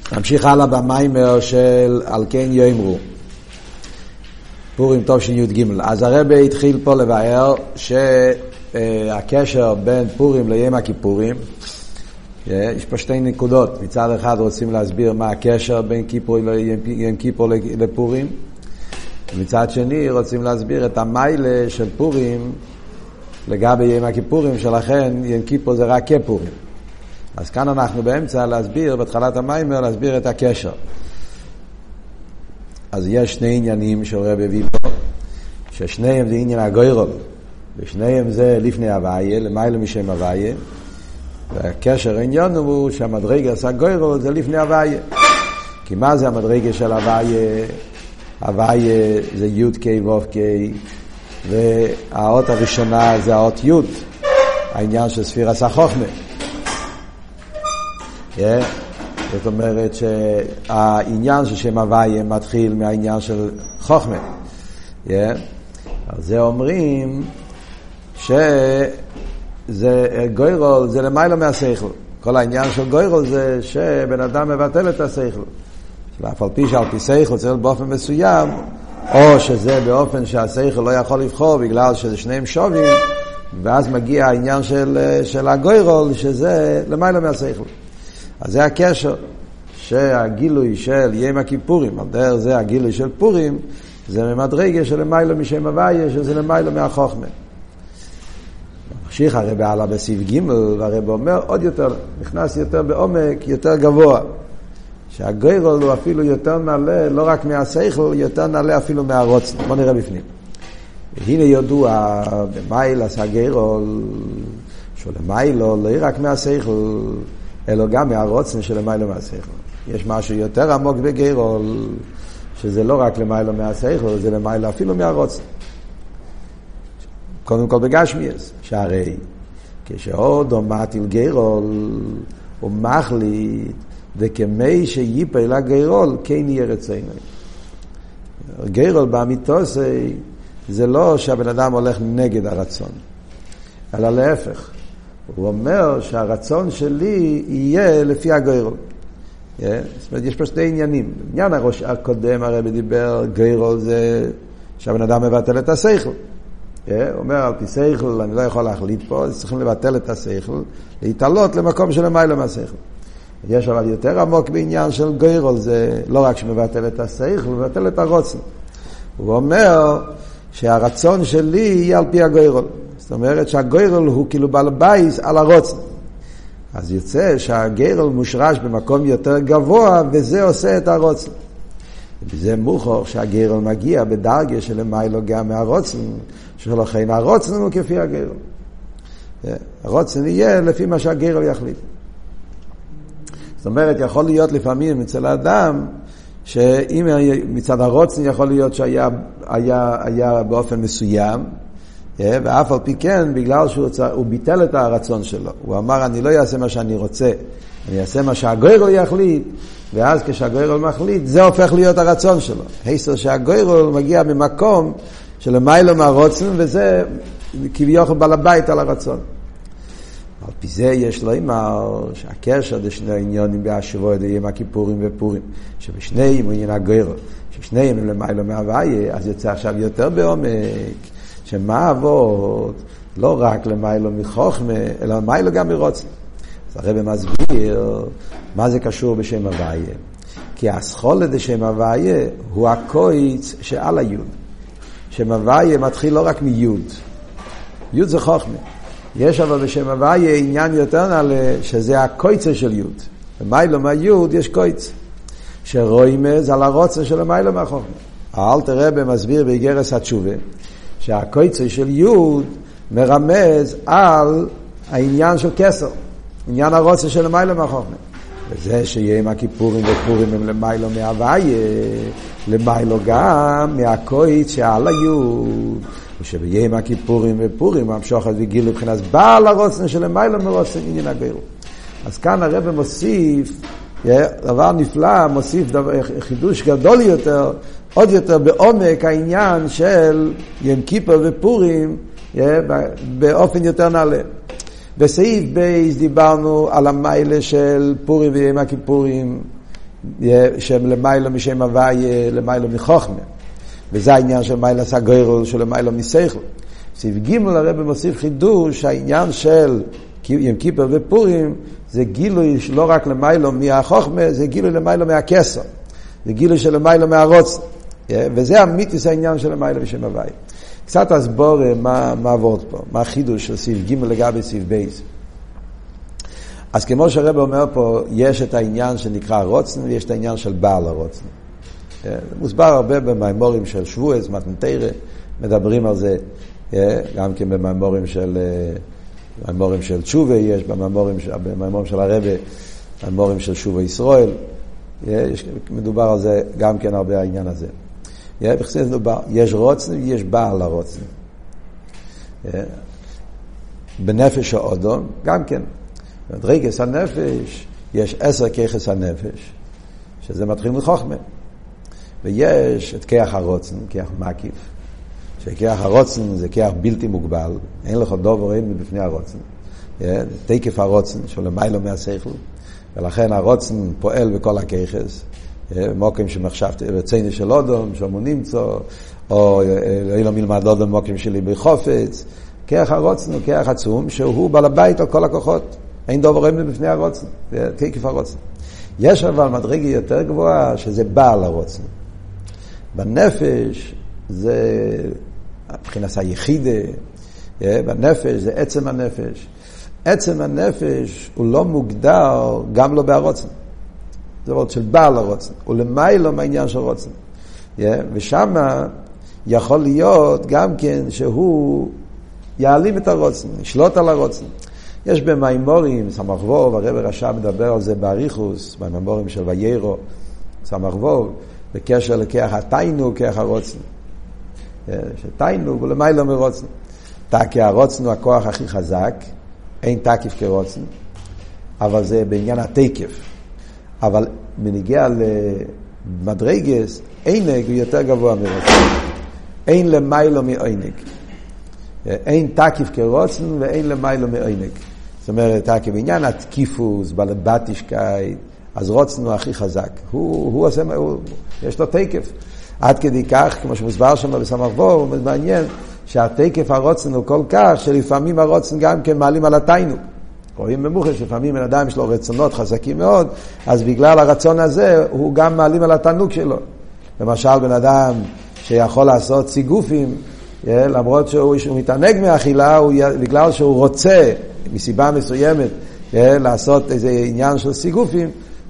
נמשיך הלאה במיימר של על כן יאמרו פורים תש"ג. אז הרב התחיל פה לבאר שהקשר בין פורים ליום הכיפורים, יש פה שתי נקודות. מצד אחד רוצים להסביר מה הקשר בין יום כיפור לפורים, ומצד שני רוצים להסביר את המיילה של פורים לגבי יום הכיפורים, שלכן יום כיפור זה רק כפורים. אז כאן אנחנו באמצע להסביר, בתחילת המיימר, להסביר את הקשר. אז יש שני עניינים שהרב הביא פה, ששניהם זה עניין הגוירול, ושניהם זה לפני הוויה, למעלה משם הוויה, והקשר העניין הוא שהמדרגה של הגוירול זה לפני הוויה. כי מה זה המדרגה של הוויה? הוויה זה י' ק' ו' ק', והאות הראשונה זה האות י', העניין של ספירת החוכמה. זאת אומרת שהעניין של שם הוויה מתחיל מהעניין של חוכמה. אז זה אומרים שזה גוירול זה למעלה מהשכל. כל העניין של גוירול זה שבן אדם מבטל את השכל, אף על פי שעל פי שכל צריך באופן מסוים, או שזה באופן שהשכל לא יכול לבחור בגלל שזה שניהם שווים, ואז מגיע העניין של הגוירול שזה למעלה מהשכל. אז זה הקשר שהגילוי של יום הכיפורים, על דרך זה הגילוי של פורים, זה ממדרגה של למעלה משם הוויה, שזה למעלה מהחוכמה. ממשיך הרב הלאה בסעיף ג', והרב אומר עוד יותר, נכנס יותר בעומק, יותר גבוה, שהגוירול הוא אפילו יותר נעלה, לא רק מהשכל, יותר נעלה אפילו מהרוצן. בוא נראה בפנים. והנה ידוע במיילה שהגוירול שלמיילו לא רק מהשכל, אלא גם מהרוצן של למיילו מהשכל. יש משהו יותר עמוק בגוירול, שזה לא רק למיילו מהשכל, זה למיילו אפילו מהרוצן. קודם כל בגשמיאס, שהרי כשעוד מטיל גוירול הוא מחליט, וכמי שיפל הגוירול כן יהיה רצונו. גוירול באמיתוס זה לא שהבן אדם הולך נגד הרצון, אלא להפך. הוא אומר שהרצון שלי יהיה לפי הגוירול. זאת אומרת, יש פה שני עניינים. עניין הקודם הרב דיבר, גוירול זה שהבן אדם מבטל את השכל. הוא אומר, על פי שכל אני לא יכול להחליט פה, אז צריכים לבטל את השכל, להתעלות למקום של למעלה מהשכל. יש אבל יותר עמוק בעניין של גוירול, זה לא רק שמבטל את השכל, הוא מבטל את הרוצן. הוא אומר שהרצון שלי יהיה על פי הגוירול. זאת אומרת שהגוירול הוא כאילו בעל בייס על הרוצן. אז יוצא שהגוירול מושרש במקום יותר גבוה, וזה עושה את הרוצן. וזה מוכח שהגוירול מגיע בדרגה של למיילו גם מהרוצן, שלכן הרוצן הוא כפי הגוירול. הרוצן יהיה לפי מה שהגוירול יחליט. זאת אומרת, יכול להיות לפעמים אצל האדם, שאם מצד הרוצן יכול להיות שהיה באופן מסוים, ואף על פי כן, בגלל שהוא ביטל את הרצון שלו. הוא אמר, אני לא אעשה מה שאני רוצה, אני אעשה מה שהגוירול יחליט, ואז כשהגוירול מחליט, זה הופך להיות הרצון שלו. היסטר שהגוירול מגיע ממקום שלמיילו מהרוצן, וזה כביכול בעל הבית על הרצון. על פי זה יש לו אמר שהקשר לשני העניונים בהשבוע יום הכיפורים ופורים, שבשניהם הוא עניין הגוירול, ששניהם הם למיילו מהוויה, אז יוצא עכשיו יותר בעומק, שמה עבוד לא רק למיילו מחוכמה, אלא למיילו גם מרוצן. אז הרב מסביר מה זה קשור בשם הוויה. כי הסחולת בשם הוויה הוא הקויץ שעל היוד. שם הוויה מתחיל לא רק מיוד. יוד זה חוכמה. יש אבל בשם הוויה עניין יותר נעלה, שזה הקויצה של יוד. למיילו מהיוד יש קויץ. שרוימז על הרוצן של למיילו מהחוכמה. האלטר רבי מסביר באיגרס התשובה, שהקויצה של יוד מרמז על העניין של כסר, עניין הרוצה של למיילו מהחוכמה. וזה שיום הכיפורים ופורים הם למיילו מהוויה, למיילו גם מהקויץ שעל היוד, ושביום הכיפורים ופורים המשוך וגילו מבחינת בעל הרוצה של למיילו מרוצה עניין הגוירול. אז כאן הרב מוסיף דבר נפלא, מוסיף חידוש גדול יותר, עוד יותר בעומק העניין של יום כיפור ופורים באופן יותר נעלה. בסעיף בייס דיברנו על המיילה של פורים ויום הכיפורים, שלמיילו משם הוואי למיילו מחוכמה, וזה העניין של מיילס הגוירול של למיילו מסייכל. סעיף ג' הרב מוסיף חידוש, העניין של יום כיפר ופורים זה גילוי לא רק למיילו מהחוכמה, זה גילוי למיילו מהכסר, זה גילוי של למיילו מהרוץ, וזה אמיתיס העניין של למיילו משם הוואי. קצת הסבור מה עבוד פה, מה החידוש של סעיף ג' לגבי סעיף בייס. אז כמו שהרב אומר פה, יש את העניין שנקרא רוצן, ויש את העניין של בעל הרוצן. זה מוסבר הרבה במיימורים של שבועס, מתנתרא, מדברים על זה, גם כן במיימורים של תשובה, יש במיימורים של הרבה, במיימורים של תשובה ישראל, מדובר על זה גם כן הרבה העניין הזה. יש רוצן ויש בעל הרוצן. בנפש האודום, גם כן. מדרגס הנפש, יש 10 כיחס הנפש, שזה מתחיל מחוכמה. ויש את כיח הרוצן, כיח מקיף, שכיח הרוצן זה כיח בלתי מוגבל, אין לך דובר אין מבפני הרוצן. תקף הרוצן, שלמיילו מהשכל, ולכן הרוצן פועל בכל הכיחס, מוקים שמחשבתי, בצייני של אודום, שאמו נמצא, או אילו מלמד אודום מוקים שלי בחופץ. כיח הרוצן הוא כיח עצום, שהוא בעל הבית על כל הכוחות. אין דובר אין מבפני הרוצן, תקף הרוצן. יש אבל מדרגה יותר גבוהה, שזה בעל הרוצן. בנפש זה מבחינת היחידה, בנפש זה עצם הנפש. עצם הנפש הוא לא מוגדר גם לא בהרוצן. זה עוד של בעל הרוצן. הוא למיילו מהעניין של רוצן. ושם יכול להיות גם כן שהוא יעלים את הרוצן, ישלוט על הרוצן. יש במיימורים, סמך ווב, הרב רש"ב מדבר על זה באריכוס, במיימורים של ויירו, סמך ווב, בקשר לכיח התיינוג, כיח הרוצן. שתיינוג הוא למיילו מרוצן. תקי הרוצן הוא הכוח הכי חזק, אין תקיף כרוצן, אבל זה בעניין התקף. אבל בנגיע למדרגס, עינג הוא יותר גבוה מרוצן. אין למיילו מעינג. אין תקיף כרוצן ואין למיילו מעינג. זאת אומרת, בעניין התקיפוס, בלבטישקאי, אז רוצן הוא הכי חזק. הוא עושה, יש לו תקף. עד כדי כך, כמו שמוסבר שם בסמך ווב, הוא מעניין שהתקף הרוצן הוא כל כך, שלפעמים הרוצן גם כן מעלים על התיינוג. רואים במוחש, לפעמים בן אדם יש לו רצונות חזקים מאוד, אז בגלל הרצון הזה, הוא גם מעלים על התענוג שלו. למשל, בן אדם שיכול לעשות סיגופים, למרות שהוא מתענג מאכילה, בגלל שהוא רוצה, מסיבה מסוימת, לעשות איזה עניין של סיגופים,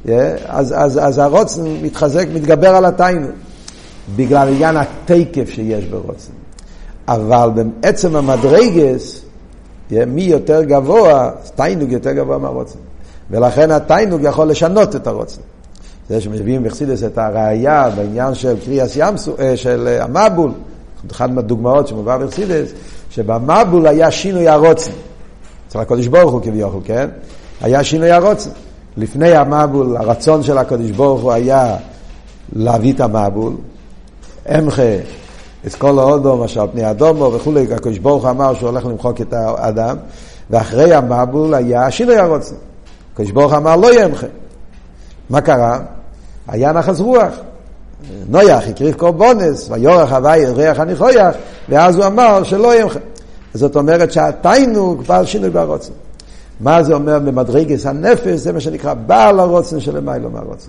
אז הרוצן מתחזק, מתגבר על התיינוג, בגלל עניין התקף שיש ברוצן. אבל בעצם המדרגס, מי יותר גבוה, תיינוג יותר גבוה מהרוצן. ולכן התיינוג יכול לשנות את הרוצן. זה שמביאים בחסידות את הראייה בעניין של קריאס ימסו, של המבול, אחד מהדוגמאות שמובא בחסידות, שבמבול היה שינוי הרוצן. אצל הקדוש ברוך הוא כביכול, כן? היה שינוי הרוצן. לפני המבול, הרצון של הקדוש ברוך הוא היה להביא את המבול, אמחה, את כל האודום, אשר על פני אדומו וכולי, הקדוש ברוך הוא אמר שהוא הולך למחוק את האדם, ואחרי המבול היה שינוי הרוצן. הקדוש ברוך הוא אמר לא ימחה. מה קרה? היה נחס רוח. נויח, הקריב קורבנס, ויורח הווי ריח הניחויח, ואז הוא אמר שלא ימחה. זאת אומרת שהתיינוג פעל שינוי ברוצן. מה זה אומר במדרגס הנפש? זה מה שנקרא בעל הרוצן שלמיילו מהרוצן.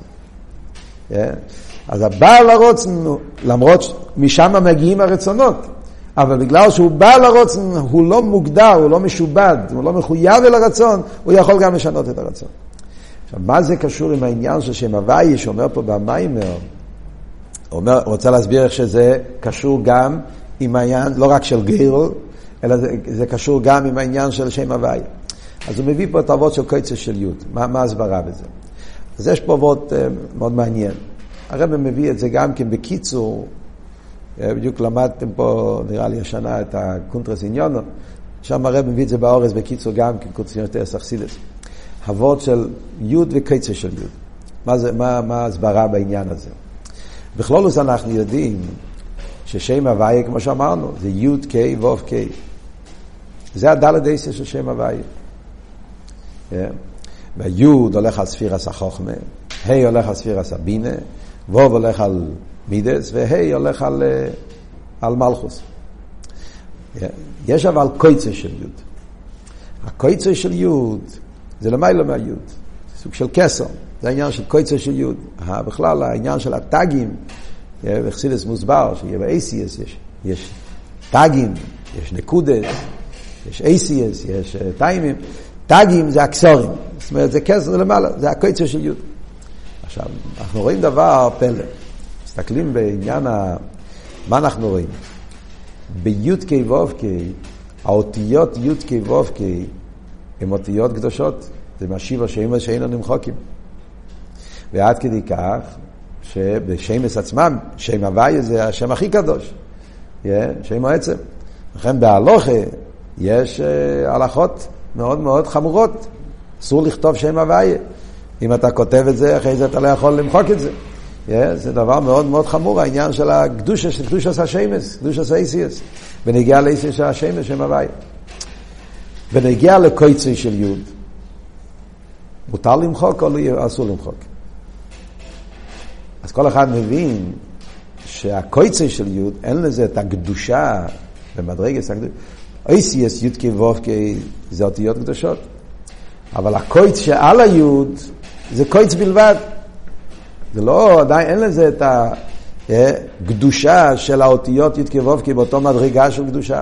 אז הבעל הרוצן, למרות משם מגיעים הרצונות, אבל בגלל שהוא בעל הרוצן, הוא לא מוגדר, הוא לא משובד, הוא לא מחויב אל הרצון, הוא יכול גם לשנות את הרצון. עכשיו, מה זה קשור עם העניין של שם הוואי, שאומר פה במיימר? הוא רוצה להסביר איך שזה קשור גם עם העניין, לא רק של גיירל, אלא זה קשור גם עם העניין של שם הוואי. אז הוא מביא פה את אבות של קוצה של יוד. מה הסברה בזה? אז יש פה אבות מאוד מעניין. הרב מביא את זה גם כן בקיצור, בדיוק למדתם פה נראה לי השנה את הקונטרס עניונו, שם הרב מביא את זה באורס בקיצור גם כן קונטרס עניונו סכסידס. אבות של יוד וקוצה של יוד. מה הסברה בעניין הזה? בכלולוס אנחנו יודעים ששם הוויה, כמו שאמרנו, זה יוד קי ואוף קי. זה הדלת עשר של שם הוויה. והיוד הולך על ספירס החוכמה, ה' הולך על ספירס הבינה, ווב הולך על מידס, וה' הולך על מלכוס. יש אבל קויצה של יוד. הקויצה של יוד זה למעלה מהיוד, סוג של קסר. זה העניין של קויצה של יוד. בכלל העניין של הטאגים, בחסידות מוסבר, שיהיה ב-ACS יש טאגים, יש נקודות, יש ACS, יש טיימים. טאגים זה הקסורים. זאת אומרת, זה קסר, זה למעלה, זה הקויצה של יוד. עכשיו, אנחנו רואים דבר פלא. מסתכלים בעניין מה אנחנו רואים? ביוד קי ווב קי, האותיות יוד קי ווב קי, הן אותיות קדושות. זה משיב השם שאינו נמחוקים. ועד כדי כך, שבשמש עצמם, שם הוויה זה השם הכי קדוש. שם העצם. לכן בהלוכה יש הלכות מאוד מאוד חמורות. אסור לכתוב שם הוויה. אם אתה כותב את זה, אחרי זה אתה לא יכול למחוק את זה. זה דבר מאוד מאוד חמור, העניין של הקדושה, של קדושה של השמש, קדושה של ACS. ונגיע ל-ACS של השמש, שם הוויה. ונגיע לקויצי של יוד. מותר למחוק או אסור למחוק? אז כל אחד מבין שהקויצי של יוד, אין לזה את הקדושה במדרגת הקדושה. ACS יוד כבוב זה אותיות קדושות. אבל הקויץ שעל היוד זה קויץ בלבד. זה לא, עדיין אין לזה את הקדושה של האותיות יוד כבוב באותו מדרגה של קדושה.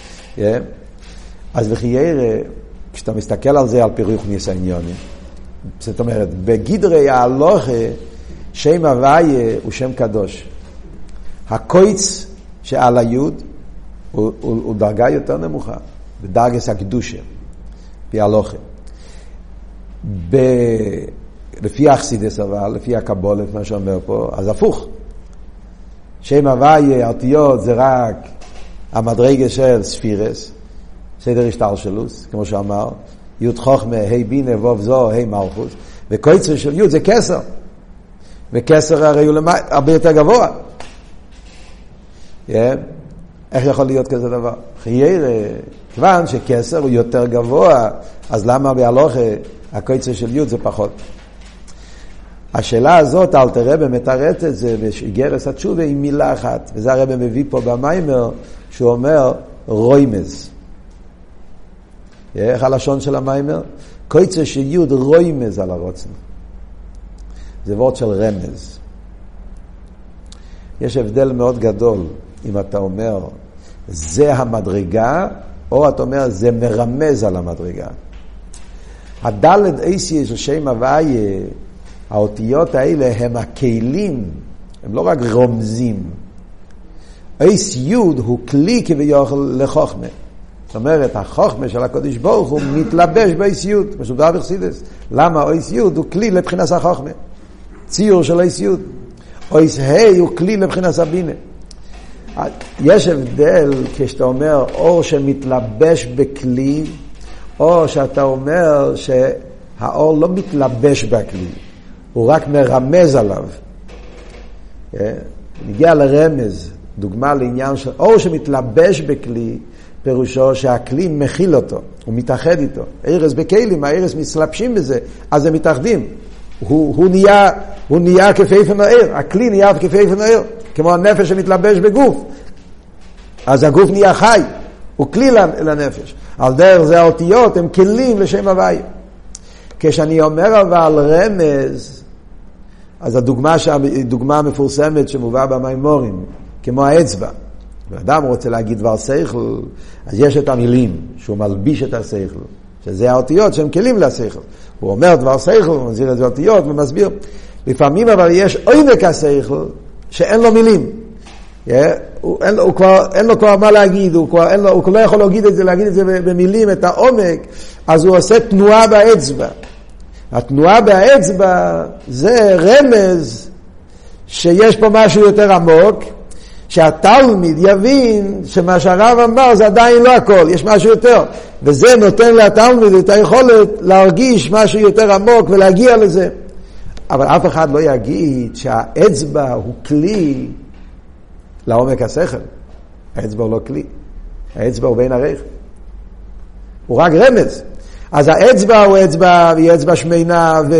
אז בחיירה, כשאתה מסתכל על זה על פירוך ניסיוני, זאת אומרת, בגדרי ההלוכה, שם הוויה הוא שם קדוש. הקויץ שעל היוד הוא דרגה יותר נמוכה, בדרגת הקדושה, בהלוכה. לפי החסידות אבל, לפי הקבלה, מה שאומר פה, אז הפוך. שם הוויה, האותיות, זה רק המדרגה של ספירס, סדר השתלשלות, כמו שאמר, יוד חוכמה, ה' בינה, ווב זו, ה' מלכות, וקויצר של יוד זה כסר. וכסר הרי הוא הרבה יותר גבוה. איך יכול להיות כזה דבר? כיוון שכסר הוא יותר גבוה, אז למה בהלוכה הקויצר של יוד זה פחות? השאלה הזאת, אלתר רבי מתרץ את זה באיגרת התשובה עם מילה אחת, וזה הרבי מביא פה במיימר, שהוא אומר רוימז. איך הלשון של המיימר? קויצר של יוד רוימז על הרוצן. זה וורד של רמז. יש הבדל מאוד גדול אם אתה אומר זה המדרגה, או אתה אומר זה מרמז על המדרגה. הדלת אייסי של שם הוויה, האותיות האלה הם הכלים, הם לא רק רומזים. אייס יוד הוא כלי כביכול לחוכמה. זאת אומרת, החוכמה של הקדוש ברוך הוא מתלבש באייס יוד, משודע בחסידות. למה אייס יוד הוא כלי לבחינת החוכמה? ציור של אייס יוד. אייס ה' הוא כלי לבחינת הבינה. יש הבדל כשאתה אומר אור שמתלבש בכלי, או שאתה אומר שהאור לא מתלבש בכלי, הוא רק מרמז עליו. נגיע לרמז, דוגמה לעניין של אור שמתלבש בכלי, פירושו שהכלי מכיל אותו, הוא מתאחד איתו. הערס בכלים, הערס מתלבשים בזה, אז הם מתאחדים. הוא נהיה כפי פנוער, הכלי נהיה כפי פנוער, כמו הנפש שמתלבש בגוף. אז הגוף נהיה חי, הוא כלי לנפש. על דרך זה האותיות, הם כלים לשם הוויה. כשאני אומר אבל רמז, אז הדוגמה המפורסמת שמובאה במיימורים, כמו האצבע. אדם רוצה להגיד דבר שכל, אז יש את המילים, שהוא מלביש את השכל, שזה האותיות שהם כלים לשכל. הוא אומר דבר שכל, הוא מזיר את זה אותיות ומסביר. לפעמים אבל יש עומק השכל, שאין לו מילים. אין לו כבר מה להגיד, הוא לא יכול להגיד את זה במילים, את העומק, אז הוא עושה תנועה באצבע. התנועה באצבע זה רמז שיש פה משהו יותר עמוק, שהתלמיד יבין שמה שהרב אמר זה עדיין לא הכל, יש משהו יותר, וזה נותן לתלמיד את היכולת להרגיש משהו יותר עמוק ולהגיע לזה. אבל אף אחד לא יגיד שהאצבע הוא כלי לעומק השכל. האצבע הוא לא כלי, האצבע הוא בין הרייך, הוא רק רמז. אז האצבע הוא אצבע, והיא אצבע שמינה,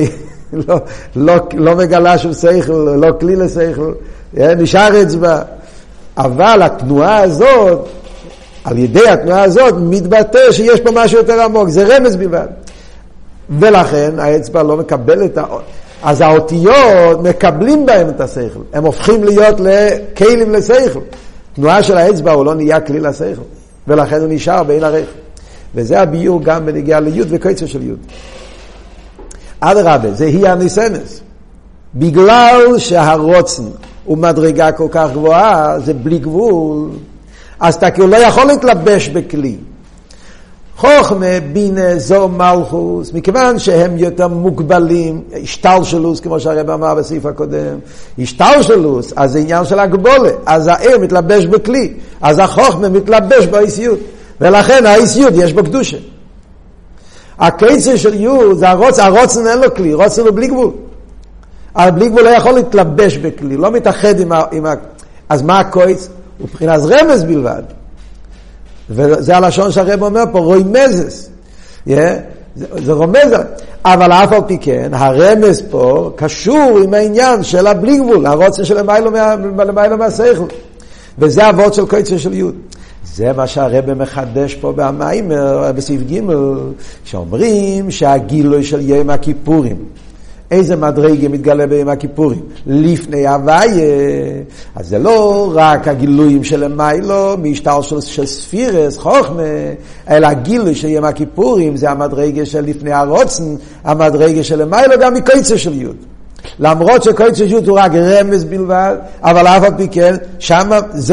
לא מגלה שום שכל, לא כלי לשכל, נשאר אצבע. אבל התנועה הזאת, על ידי התנועה הזאת, מתבטא שיש פה משהו יותר עמוק, זה רמז בלבד. ולכן האצבע לא מקבלת, אז האותיות מקבלים בהם את השכל, הם הופכים להיות לכלים לשכל. תנועה של האצבע הוא לא נהיה כלי לשכל, ולכן הוא נשאר בין הרייך. וזה הביור גם בנגיעה ליוד וקוצר של יוד. אדרבה, זה היא הניסנס. בגלל שהרוצן הוא מדרגה כל כך גבוהה, זה בלי גבול, אז אתה כאילו לא יכול להתלבש בכלי. חוכמה, בינה, זו, מלכוס, מכיוון שהם יותר מוגבלים, השתלשלוס, כמו שהרב אמר בסעיף הקודם, השתלשלוס, אז זה עניין של הגבולה, אז העיר מתלבש בכלי, אז החוכמה מתלבש באיסיות, ולכן האיסיות יש בו קדושה. הקצר של יוד, זה הרוצן אין לו כלי, רוצן הוא בלי גבול. אבל בלי גבול לא יכול להתלבש בכלי, לא מתאחד עם אז מה הקויץ? הוא מבחינת רמז בלבד. וזה הלשון שהרב אומר פה, רומזס. זה רומז. אבל אף על פי כן, הרמז פה קשור עם העניין של הבלי גבול, הרוצן של למיילו מהשכל. וזה הוורד של קוצר של יוד. זה מה שהרב מחדש פה במיימר, בסעיף ג', שאומרים שהגילוי של יום הכיפורים, איזה מדרגה מתגלה ביום הכיפורים? לפני הוויה. אז זה לא רק הגילויים של המיילו, משטר של ספירס, חוכמה, אלא הגילוי של יום הכיפורים, זה המדרגה של לפני הרוצן, המדרגה של המיילו, גם מקוצר של יוד. למרות שקוצר של יוד הוא רק רמז בלבד, אבל אף על פי כן, שם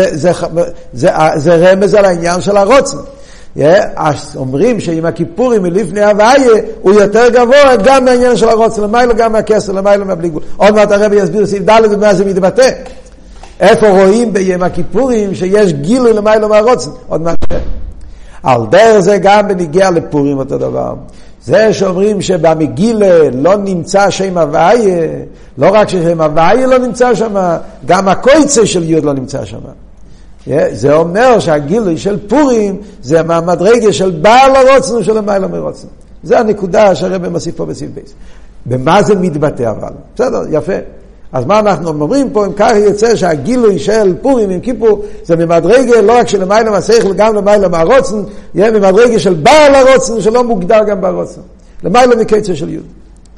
זה רמז על העניין של הרוצן. אז אומרים שעם הכיפורים מלפני הוויה הוא יותר גבוה גם מהעניין של הרוצן למיילו, גם מהכסר למיילו, מהבלי גבול. עוד מעט הרב יסביר סעיף ד' ומה זה מתבטא. איפה רואים ביום הכיפורים שיש גילוי למיילו מהרוצן? עוד מעט. על דרך זה גם בניגיע לפורים אותו דבר. זה שאומרים שבמגילה לא נמצא שם הוויה, לא רק ששם הוויה לא נמצא שם, גם הקוצר של יוד לא נמצא שם. זה אומר שהגילוי של פורים זה מהמדרגה של בעל הרוצן ושל המיילו מרוצן. זה הנקודה שהרב מוסיף פה בסעיף בייס. במה זה מתבטא אבל? בסדר, יפה. אז מה אנחנו אומרים פה? אם כך יוצא שהגילוי של פורים עם כיפור זה ממדרגה לא רק של המיילו מהשכל, גם למיילו מהרוצן, יהיה ממדרגה של בעל הרוצן שלא מוגדר גם ברוצן. למיילו מקצר של יוד.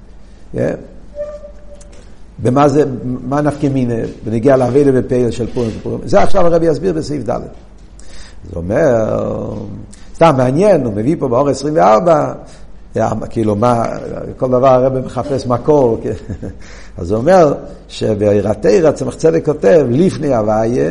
במה זה, מה נפקא מינה בנגיע לעבודה בפעיל של פורים ופורים? זה עכשיו הרב יסביר בסעיף ד'. זה אומר, סתם מעניין, הוא מביא פה באור 24, כאילו מה, כל דבר הרב מחפש מקור, אז הוא אומר שבעירתירה צמח צדק כותב, לפני הוויה,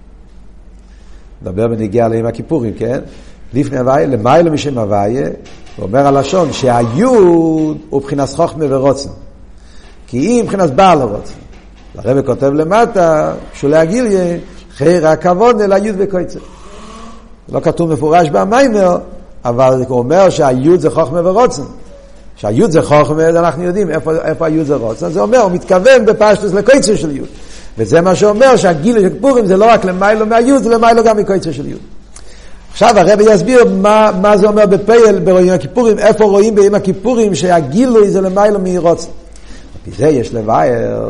מדבר בנגיע ליום הכיפורים, כן? לפני הוויה, למיילו משם הוויה, הוא אומר הלשון שהיוד הוא בחינת חוכמה ורוצן. כי היא מבחינת בעל הרוצן. הרב כותב למטה, שולי הגיליה, חיר הכבוד אל היוד וקוצר. לא כתוב מפורש במיימר, אבל הוא אומר שהיוד זה חוכמה ורוצן. שהיוד זה חוכמה, אנחנו יודעים איפה היוד זה רוצן. זה אומר, הוא מתכוון בפשטוס לקוצר של יוד. וזה מה שאומר שהגילוי של פורים זה לא רק למיילו מהיוד, זה למיילו גם מקוצר של יוד. עכשיו הרב יסביר מה זה אומר בפייל ביום הכיפורים, איפה רואים ביום הכיפורים שהגילוי זה למיילו מרוצן. בזה יש לבאר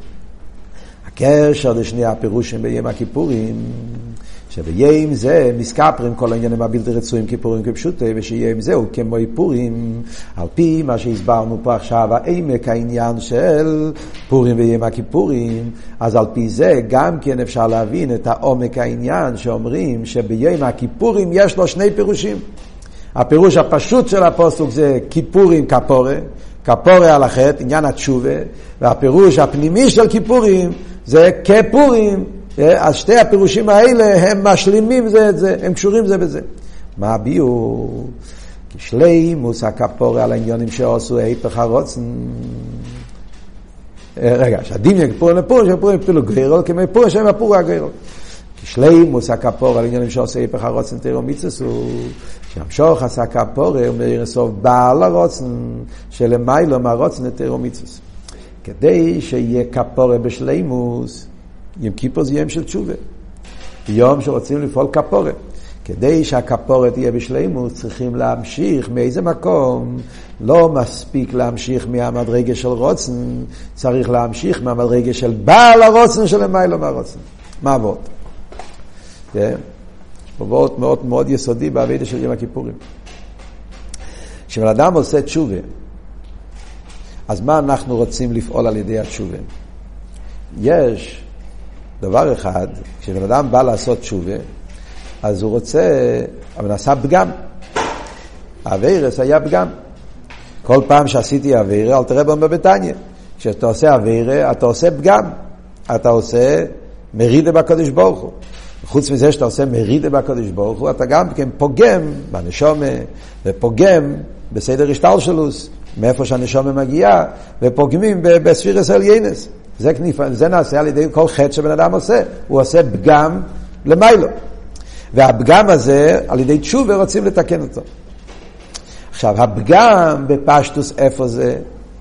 הקשר לשני הפירושים ביום הכיפורים, שביום זה מסקפרים כל העניינים הבלתי רצויים כיפורים כפשוטי, ושיום זה הוא כמו פורים, על פי מה שהסברנו פה עכשיו, העמק העניין של פורים ויום הכיפורים, אז על פי זה גם כן אפשר להבין את העומק העניין שאומרים שביום הכיפורים יש לו שני פירושים. הפירוש הפשוט של הפסוק זה כיפורים כפורה, כפורה על החטא, עניין התשובה, והפירוש הפנימי של כיפורים זה כפורים. אז שתי הפירושים האלה הם משלימים זה את זה, הם קשורים זה בזה. מה הביאו? כשלימוס הכפורה על העניונים שעשו היפך הרוצן. רגע, שהדמיון כפורים לפורים, שפורים פילו גרול, כמו פורים שהם הפור הגרול. כשלימוס הכפורה על העניונים שעשו היפך הרוצן תירו מצסו, שהמשוך עשה כפורה, אומר ירסוף בעל הרוצן, שלמיילו מהרוצן תירו מצסו. כדי שיהיה כפורה בשלימוס, יום כיפור זה יום של תשובה. יום שרוצים לפעול כפורה. כדי שהכפורת תהיה בשלימות, צריכים להמשיך מאיזה מקום. לא מספיק להמשיך מהמדרגה של רוצן, צריך להמשיך מהמדרגה של בעל הרוצן של המיילו מהרוצן. מה עבוד? יש פה עבוד מאוד מאוד יסודי בעבודה של יום הכיפורים. כשבן אדם עושה תשובה, אז מה אנחנו רוצים לפעול על ידי התשובה? יש דבר אחד, כשבן אדם בא לעשות תשובה, אז הוא רוצה, אבל נעשה פגם. העבירס היה פגם. כל פעם שעשיתי עבירה, אל תראה בו בבטניה. כשאתה עושה עבירה, אתה עושה פגם. אתה עושה מרידה בקדוש ברוך הוא. חוץ מזה שאתה עושה מרידה בקדוש ברוך הוא, אתה גם כן פוגם בנשומה, ופוגם בסדר השתלשלוס, מאיפה שהנשומה מגיעה, ופוגמים בספירס עליינס. זה נעשה על ידי כל חטא שבן אדם עושה. הוא עושה פגם למיילו. והפגם הזה, על ידי תשובה, רוצים לתקן אותו. עכשיו, הפגם בפשטוס איפה זה?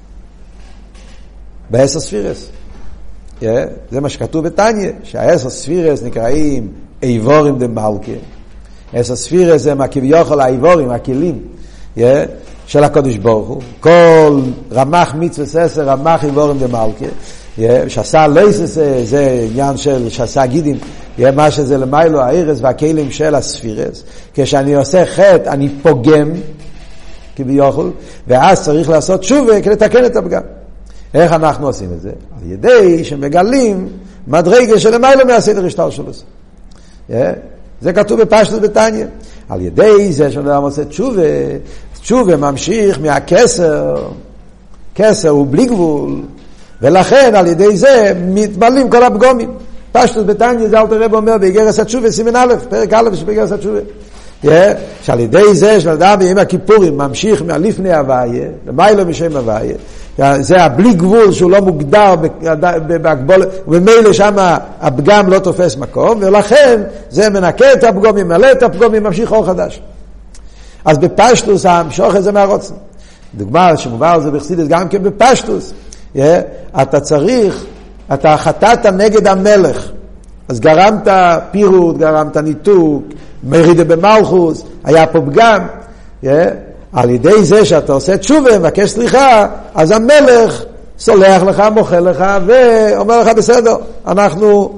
בעשר ספירס. זה מה שכתוב בתניה, שהעשר ספירס נקראים איבורים דמלכה. עשר ספירס זה כביכול האיבורים, הכלים של הקדוש ברוך הוא. כל רמ"ח מצווה עשר, רמ"ח איבורים דמלכה. שעשה לייסס זה עניין של שעשה גידים, מה שזה למיילו הארץ והכלים של הספירס. כשאני עושה חטא אני פוגם כביכול, ואז צריך לעשות תשובה כדי לתקן את הפגם. איך אנחנו עושים את זה? על ידי שמגלים מדרגה של למיילו מהסדר השתלשלוס. זה כתוב בפשטות בתניה. על ידי זה שאדם עושה תשובה, תשובה ממשיך מהכסר, כסר הוא בלי גבול, ולכן על ידי זה מתמלאים כל הפגומים. פשטות בתניה זה אלתר רבי אומר באיגרת התשובה סימן א', פרק א' של באיגרת התשובה. שעל ידי זה שאדם ביום הכיפורים ממשיך מהלפני הוויה, למיילו משם הוויה, זה הבלי גבול שהוא לא מוגדר בהגבול, וממילא שם הפגם לא תופס מקום, ולכן זה מנקה את הפגומים, מלא את הפגומים, ממשיך אור חדש. אז בפשטוס המשוך את זה מהרוצן. דוגמה שמובא על זה בחסידות גם כן בפשטוס. אתה צריך, אתה חטאת נגד המלך, אז גרמת פירוט, גרמת ניתוק, מרידה במלכוס, היה פה פגם. על ידי זה שאתה עושה תשובה, מבקש סליחה, אז המלך סולח לך, מוחל לך, ואומר לך בסדר, אנחנו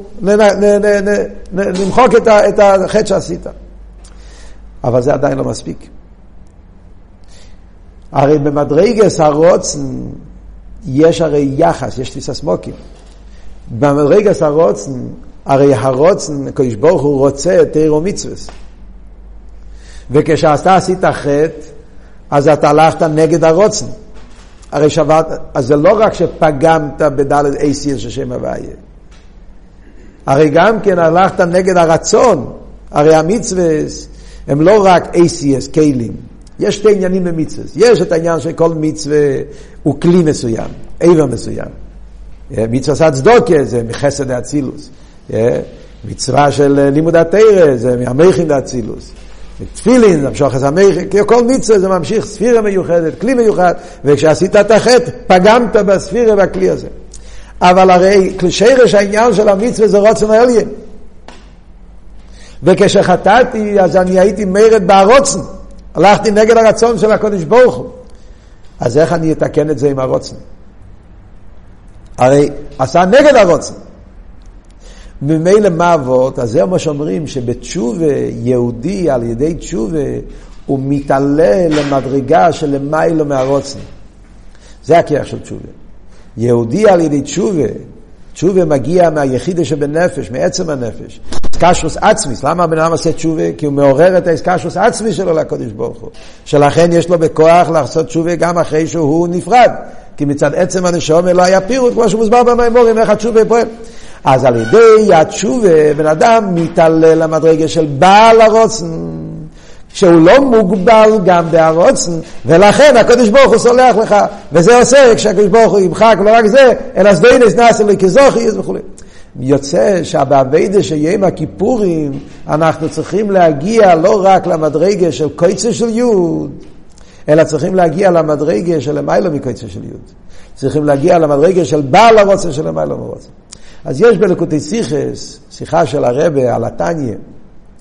נמחוק את החטא שעשית. אבל זה עדיין לא מספיק. הרי במדרגס הרוצן יש הרי יחס, יש תפיסה סמוקים. במדרגס הרוצן, הרי הרוצן, הקדוש ברוך הוא רוצה תורה ומצוות. וכשאתה עשית חטא, אז אתה הלכת נגד הרוצן. הרי שברת, אז זה לא רק שפגמת בדלת אייסיס של שם הוויה. הרי גם כן הלכת נגד הרצון. הרי המצוות הם לא רק אייסיס, כלים. יש שתי עניינים במצוות. יש את העניין שכל מצווה הוא כלי מסוים, עבר מסוים. מצווה צדוקה זה מחסד האצילוס. מצווה של לימוד התורה זה מהמכין האצילוס. תפילין זה משוך את המכין. כל מצווה זה ממשיך ספירה מיוחדת, כלי מיוחד. וכשעשית את החטא פגמת בספירה והכלי הזה. אבל הרי שרש העניין של המצווה זה רוצן העליון. וכשחטאתי אז אני הייתי מרד ברוצן. הלכתי נגד הרצון של הקדוש ברוך הוא. אז איך אני אתקן את זה עם הרוצן? הרי עשה נגד הרוצן. ממילא מה עבוד? אז זה מה שאומרים שבתשובה יהודי על ידי תשובה הוא מתעלה למדרגה של למיילו מהרוצן. זה הכיח של תשובה. יהודי על ידי תשובה, תשובה מגיע מהיחידה שבנפש, מעצם הנפש. קשוס עצמיס. למה הבן אדם עושה תשובה? כי הוא מעורר את הקשוס עצמיס שלו לקדוש ברוך הוא. שלכן יש לו בכוח לעשות תשובה גם אחרי שהוא נפרד. כי מצד עצם הנשמה לא היה פירוט, כמו שמוסבר במימורים, איך התשובה פועל. אז על ידי התשובה, בן אדם מתעלה למדרגה של בעל הרוצן, שהוא לא מוגבל גם בהרוצן, ולכן הקדוש ברוך הוא סולח לך, וזה עושה כשהקדוש ברוך הוא ימחק, לא רק זה, אלא סדוינס נעשה לי כזוכי, וכו'. יוצא שבעבודה של יום הכיפורים, אנחנו צריכים להגיע לא רק למדרגה של קויצה של יוד, אלא צריכים להגיע למדרגה של למיילו מקויצה של יוד. צריכים להגיע למדרגה של בעל הרוצן של למיילו מרוצן. אז יש בליקוטי שיחס, שיחה של הרבי על התניה,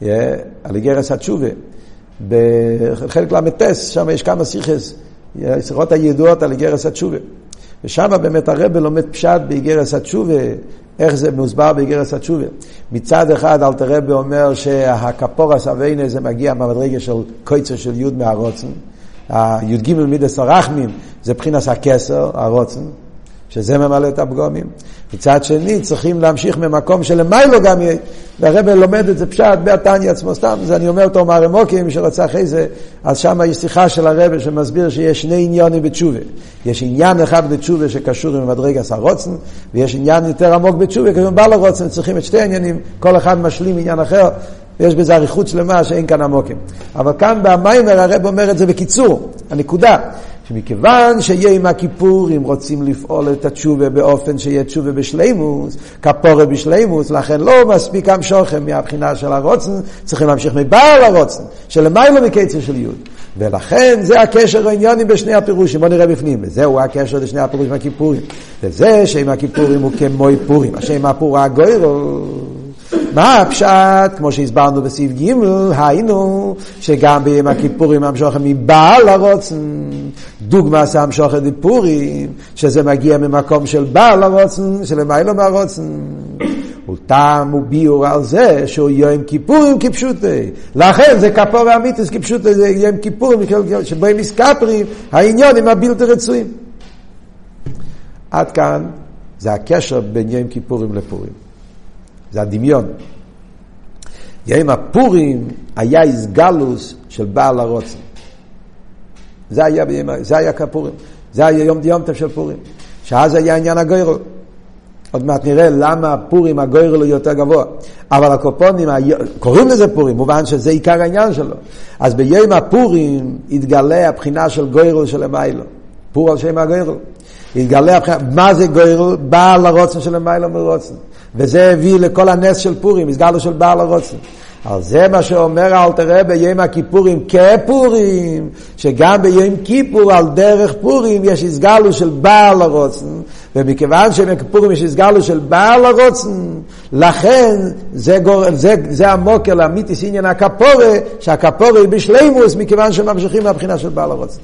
על איגרס התשובה. בחלק למטס, שם יש כמה שיחס, שיחות הידועות על איגרס התשובה. ושם באמת הרב לומד פשט באיגרס התשובה, איך זה מוסבר באיגרס התשובה. מצד אחד אלתר רבי אומר שהכפורס אביינה זה מגיע מהמדרגה של קויצר של יוד מהרוצן. היוד ג' מידס הרחמים זה בחינס הכסר, הרוצן, שזה ממלא את הפגומים. מצד שני צריכים להמשיך ממקום שלמיילו גם יהיה, והרב לומד את זה פשט בהתניא עצמו סתם, זה אני אומר אותו מהרמוקים שרצה אחרי זה, אז שם יש שיחה של הרב שמסביר שיש שני עניונים בתשובה. יש עניין אחד בתשובה שקשור עם מדרגת הרוצן, ויש עניין יותר עמוק בתשובה, כשהם בא לרוצן צריכים את שתי עניינים, כל אחד משלים עניין אחר, ויש בזה אריכות שלמה שאין כאן עמוקים. אבל כאן במיימר הרב אומר את זה בקיצור, הנקודה, שמכיוון שיהיה עם הכיפורים רוצים לפעול את התשובה באופן שיהיה תשובה בשלימוס, כפורה בשלימוס, לכן לא מספיק המשוכם מהבחינה של הרוצן, צריכים להמשיך מבעל הרוצן, שלמיילו מקצר של יוד. ולכן זה הקשר העניינים בשני הפירושים, בוא נראה בפנים, וזהו הקשר לשני הפירושים הכיפורים. וזה שעם הכיפורים הוא כמו פורים, השם הפור הגוירו. מה הפשט? כמו שהסברנו בסעיף ג' היינו שגם ביום הכיפורים המשוכם מבעל הרוצן, דוגמה המשוכם בפורים, שזה מגיע ממקום של בעל הרוצן, שלמיילו מהרוצן. וטעם וביור על זה שהוא יום כיפורים כפשוטי, לכן זה כפור אמיתיס כפשוטי, זה יום כיפורים שבו הם מסכפרים העניונים הבלתי רצויים. עד כאן זה הקשר בין יום כיפורים לפורים, זה הדמיון. יום הפורים היה הסגלוס של בעל הרוצן, זה היה כפורים, זה היה יום דיומטף של פורים, שאז היה עניין הגוירו. עוד מעט נראה למה פורים הגוירו לו יותר גבוה, אבל הקופונים קוראים לזה פורים, מובן שזה עיקר העניין שלו. אז ביום הפורים התגלה הבחינה של גוירו של המיילו, פור על שם הגוירו, התגלה הבחינה, מה זה גוירו? בעל הרוצן של המיילו מרוצן, וזה הביא לכל הנס של פורים, הסגלו של בעל הרוצן. על זה מה שאומר אלתר רבי ביום הכיפורים כפורים, שגם ביום כיפור על דרך פורים יש הסגלו של בעל הרוצן, ומכיוון שביום כיפורים יש הסגלו של בעל הרוצן, לכן זה המוקר לאמיתיס עניין הכפורה, שהכפורה היא בשלימוס, מכיוון שממשיכים מהבחינה של בעל הרוצן.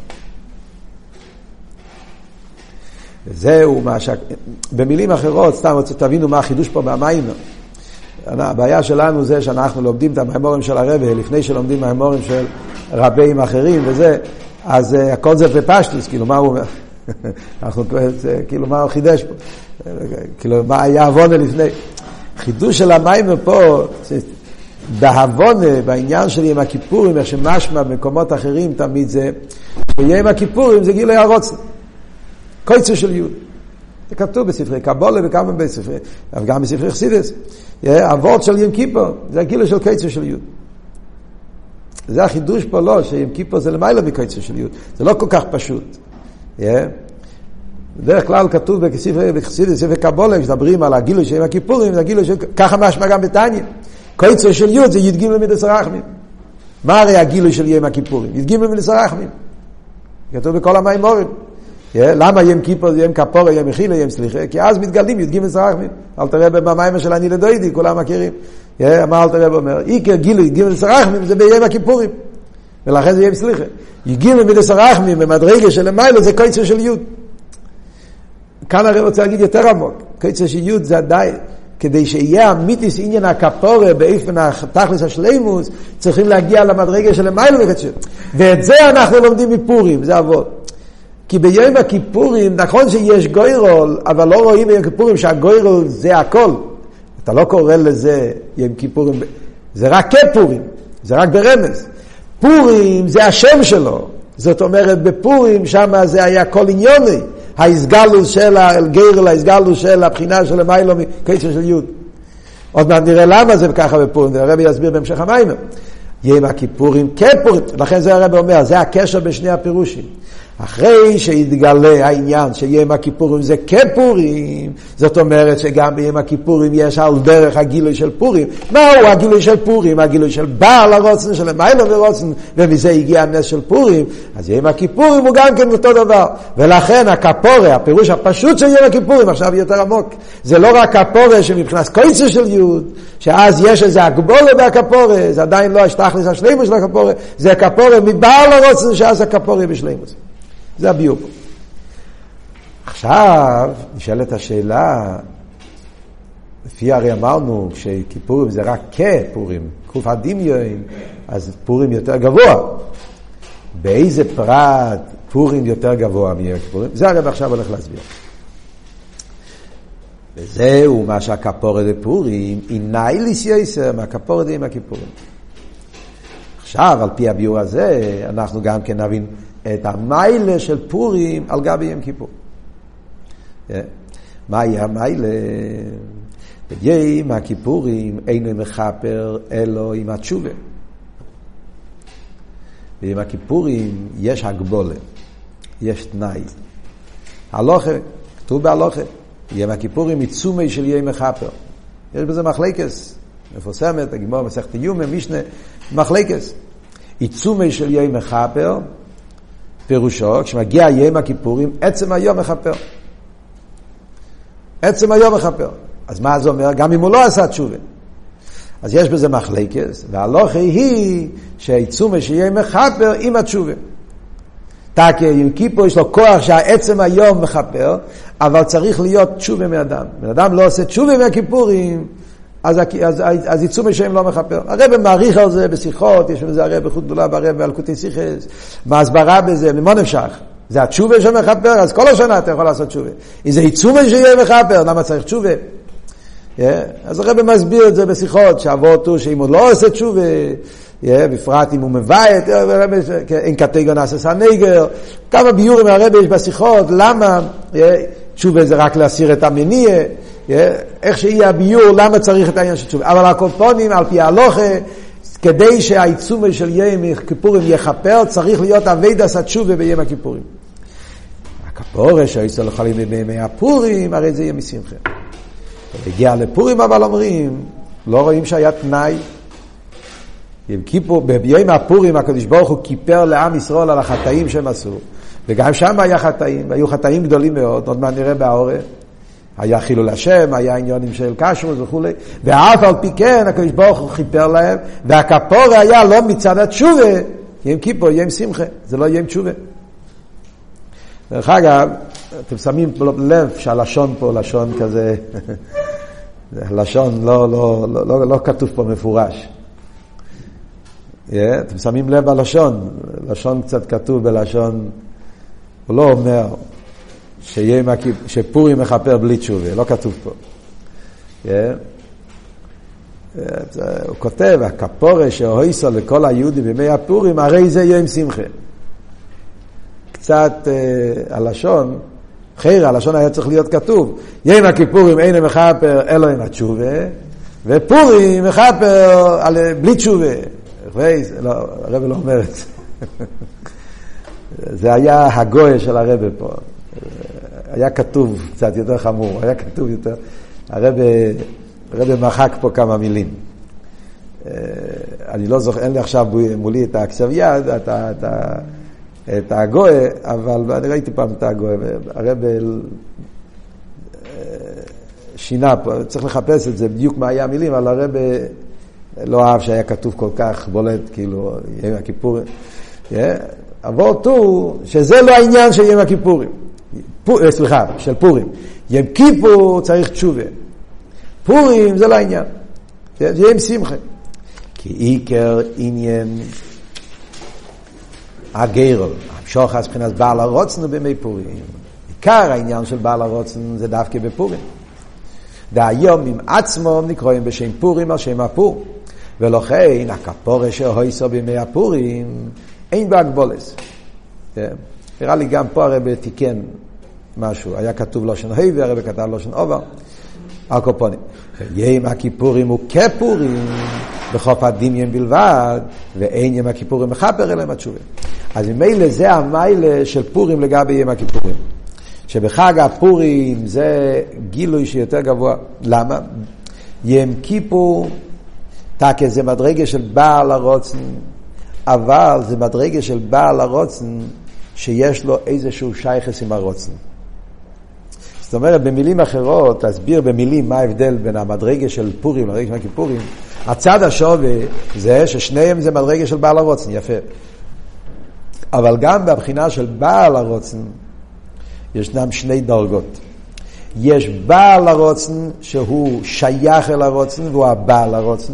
וזהו מה במילים אחרות, סתם תבינו מה החידוש פה במיימר. הבעיה שלנו זה שאנחנו לומדים את המיימורים של הרבי לפני שלומדים מיימורים של רבים אחרים וזה, אז הכל זה בפשטוס, כאילו מה הוא אומר? אנחנו כאילו מה הוא חידש פה? כאילו מה היה הבונה לפני? חידוש של המיימר פה בהבונה, בעניין של יום הכיפורים, איך שמשמע במקומות אחרים תמיד זה שיום הכיפורים זה גילוי הרוצן, קויצר של יוד. זה כתוב בספרי קבולה וכמה בספרי, אבל גם בספרי חסידס. הוורד של יום כיפור, זה הגילוי של קויצר של יוד. זה החידוש פה לא, שיום כיפור זה למעלה מקויצר של יוד. זה לא כל כך פשוט. בדרך כלל כתוב בספרי חסידס, בספרי קבולה, כשדברים על הגילוי של יום הכיפורים, זה הגילוי של, ככה משמע גם בתניא. קויצר של יוד זה י"ג מידס הרחמים. מה הרי הגילוי של יום הכיפורים? י"ג מידס הרחמים. כתוב בכל המיימורים. למה יום כיפור זה יום כפורה, יום מחילה, יום סליחה? כי אז מתגלים י"ג סרחמים. אלתר רבי במיימר של אני לדוידי, כולם מכירים. מה אלתר רבי אומר? איקר גילו י"ג סרחמים זה ביום הכיפורים, ולכן זה יום סליחה. י"ג מידס סרחמים במדרגה של המיילו זה קויצר של יוד. כאן הרב רוצה להגיד יותר עמוק, קויצר של יוד זה עדיין, כדי שיהיה אמיתיס עניין הכפורה באופן התכלס השלימוס, צריכים להגיע למדרגה של המיילו, ואת זה אנחנו לומדים מפורים, זה עבוד. כי ביום הכיפורים, נכון שיש גוירול, אבל לא רואים ביום הכיפורים שהגוירול זה הכל. אתה לא קורא לזה יום כיפורים, זה רק כפורים, זה רק ברמז. פורים זה השם שלו. זאת אומרת, בפורים שם זה היה כל עניוני. ההסגלוס של הגוירול, ההסגלוס של הבחינה של המיילו מקצר של יוד. עוד מעט נראה למה זה ככה בפורים, והרבי יסביר בהמשך המיימר. יום הכיפורים כפורים, לכן זה הרבי אומר, זה הקשר בשני הפירושים. אחרי שהתגלה העניין שיום הכיפורים זה כפורים, זאת אומרת שגם ביום הכיפורים יש על דרך הגילוי של פורים. מהו הגילוי של פורים? הגילוי של בעל הרוצן, של מיילא ורוצן, ומזה הגיע הנס של פורים. אז יום הכיפורים הוא גם כן אותו דבר. ולכן הכפורה, הפירוש הפשוט של יום הכיפורים, עכשיו יותר עמוק. זה לא רק הכפורה שמבחינת קויצה של יוד, שאז יש איזה הגבולה בהכפורה, זה עדיין לא השתכלס השלימוס של הכפורה, זה הכפורה מבעל הרוצן, שאז הכפורה בשלימוס. זה הביור פה. עכשיו נשאלת השאלה, לפי הרי אמרנו שכיפורים זה רק כפורים, קוף הדמיון, אז פורים יותר גבוה. באיזה פרט פורים יותר גבוה מיום הכיפורים? זה הרב עכשיו הולך להסביר. וזהו מה שהכפורת בפורים, אינאיליס יסר מהכפורת עם הכיפורים. עכשיו על פי הביור הזה אנחנו גם כן נבין את המיילה של פורים על גבי יום כיפור. מה יהיה המיילה? ביום הכיפורים אינו מחפר אלו עם התשובה. ביום הכיפורים יש הגבולה, יש תנאי. הלוכה, כתוב בהלוכה, יום הכיפורים עיצומי של יום מחפר. יש בזה מחלקס, מפורסמת, הגמרא מסכת יומא, משנה, מחלקס. עיצומי של יום מחפר, פירושו, כשמגיע יום הכיפורים, עצם היום מחפר. עצם היום מחפר. אז מה זה אומר? גם אם הוא לא עשה תשובה. אז יש בזה מחלקס, וההלוכה היא שהעיצומי של יום מחפר עם התשובה. תקי, יום כיפור יש לו כוח שהעצם היום מחפר, אבל צריך להיות תשובה מאדם. מאדם לא עושה תשובה מהכיפורים, אז עיצומי שם לא מחפר. הרב מעריך על זה בשיחות, יש בזה הרב בחוט גדולה ברב באלקוטי שיחס, מה הסברה בזה, ממה נמשך? זה התשובה שמחפר, אז כל השנה אתה יכול לעשות תשובה. אם זה עיצומי שיהיה מחפר, למה צריך תשובה? אז הרב מסביר את זה בשיחות, שעבודו שאם הוא לא עושה תשובה, בפרט אם הוא מבית, אין קטגון אסס הנגר, כמה ביורים הרב יש בשיחות, למה תשובה זה רק להסיר את המניע, איך שיהיה הביור, למה צריך את העניין של תשובה. אבל הקופונים, על פי ההלוכה, כדי שהעיצומי של יום הכיפורים יחפר, צריך להיות עבודת התשובה ביום הכיפורים. הכפורה שהישראל יכולים בימי הפורים, הרי זה יהיה משמחה. הגיע לפורים, אבל אומרים, לא רואים שהיה תנאי. ביום הפורים הקדוש ברוך הוא כיפר לעם ישראל על החטאים שהם עשו. וגם שם היה חטאים, והיו חטאים גדולים מאוד, עוד מה נראה בהוראה. היה חילול השם, היה עניונים של כשרות וכו'. ואף על פי כן, הקדוש ברוך הוא חיפר להם, והכפור היה לא מצד התשובה, יום כיפור, יום שמחה, זה לא יום תשובה. דרך אגב, אתם שמים לב שהלשון פה, לשון כזה, לשון לא כתוב פה מפורש. אתם שמים לב בלשון, לשון קצת כתוב בלשון, הוא לא אומר, שפורים מחפר בלי תשובה, לא כתוב פה. הוא כותב, הכפורה שהויסו לכל היהודים בימי הפורים, הרי זה יום שמחה. קצת הלשון, חיר, הלשון היה צריך להיות כתוב, יום הכיפורים אין מחפר אלו עם התשובה, ופורים מחפר בלי תשובה. לא, הרב לא אומר את זה. זה היה הגוי של הרב פה. היה כתוב קצת יותר חמור, היה כתוב יותר, הרב מחק פה כמה מילים. אני לא זוכר, אין לי עכשיו מולי את הכתב יד, את הגוי, אבל אני ראיתי פעם את הגוי, הרב שינה פה, צריך לחפש את זה, בדיוק מה היה המילים, אבל הרב לא אהב שהיה כתוב כל כך בולט, כאילו, יום הכיפורים. עבור תור, שזה לא העניין של יום הכיפורים. סליחה, של פורים. יום כיפור צריך תשובה. פורים זה לא העניין. זה יום שמחה. כי עיקר עניין הגרל, המשוך מבחינת בעל הרוצן בימי פורים. עיקר העניין של בעל הרוצן זה דווקא בפורים. והיום עם עצמו נקראים בשם פורים על שם הפור. ולכן הכפורה שהויסו בימי הפורים אין בהגבולס. נראה לי גם פה הרב תיקן משהו. היה כתוב לושן ה' והרב כתב לושן עובר. הקופונים. יום הכיפורים הוא כפורים בחוף הדמיין בלבד, ואין יום הכיפורים מחפר אליהם התשובה. אז ממילא זה המיילה של פורים לגבי יום הכיפורים. שבחג הפורים זה גילוי שיותר גבוה. למה? יום כיפור, תקה זה מדרגה של בעל הרוצן, אבל זה מדרגה של בעל הרוצן שיש לו איזשהו שייכס עם הרוצן. זאת אומרת, במילים אחרות, להסביר במילים מה ההבדל בין המדרגה של פורים למדרגה של הכיפורים, הצד השווה זה ששניהם זה מדרגה של בעל הרוצן, יפה. אבל גם בבחינה של בעל הרוצן, ישנם שני דרגות. יש בעל הרוצן שהוא שייך אל הרוצן והוא הבעל הרוצן.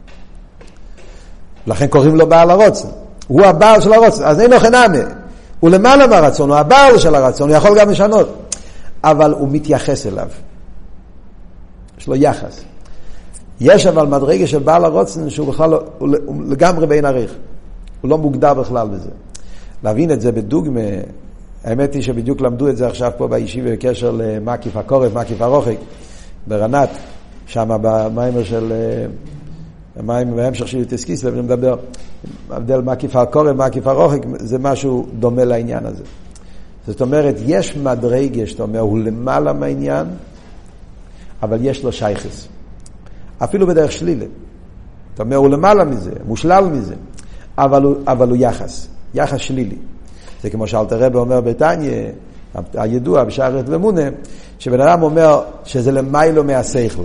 לכן קוראים לו בעל הרוצן. הוא הבעל של הרוצן. אז אין לו חנמה. הוא למעלה מהרצון, הוא הבעל של הרצון, הוא יכול גם לשנות. אבל הוא מתייחס אליו. יש לו יחס. יש אבל מדרגה של בעל הרוצן שהוא בכלל הוא לגמרי בין עריך. הוא לא מוגדר בכלל בזה. להבין את זה בדוגמה, האמת היא שבדיוק למדו את זה עכשיו פה בישיבה בקשר למקיף הקורף, מקיף הרוחק, ברנת, שם במיימר של, המים בהמשך של יוטס אני מדבר, הבדל מקיף הקורף, מקיף הרוחק, זה משהו דומה לעניין הזה. זאת אומרת, יש מדרגה, שאתה אומר, הוא למעלה מהעניין, אבל יש לו שייכס. אפילו בדרך שלילה. אתה אומר, הוא למעלה מזה, מושלל מזה, אבל הוא יחס. יחס שלילי. זה כמו שאלתר רבי אומר בתניא, הידוע בשערת ומונה, שבן אדם אומר שזה למיילו מהשכל.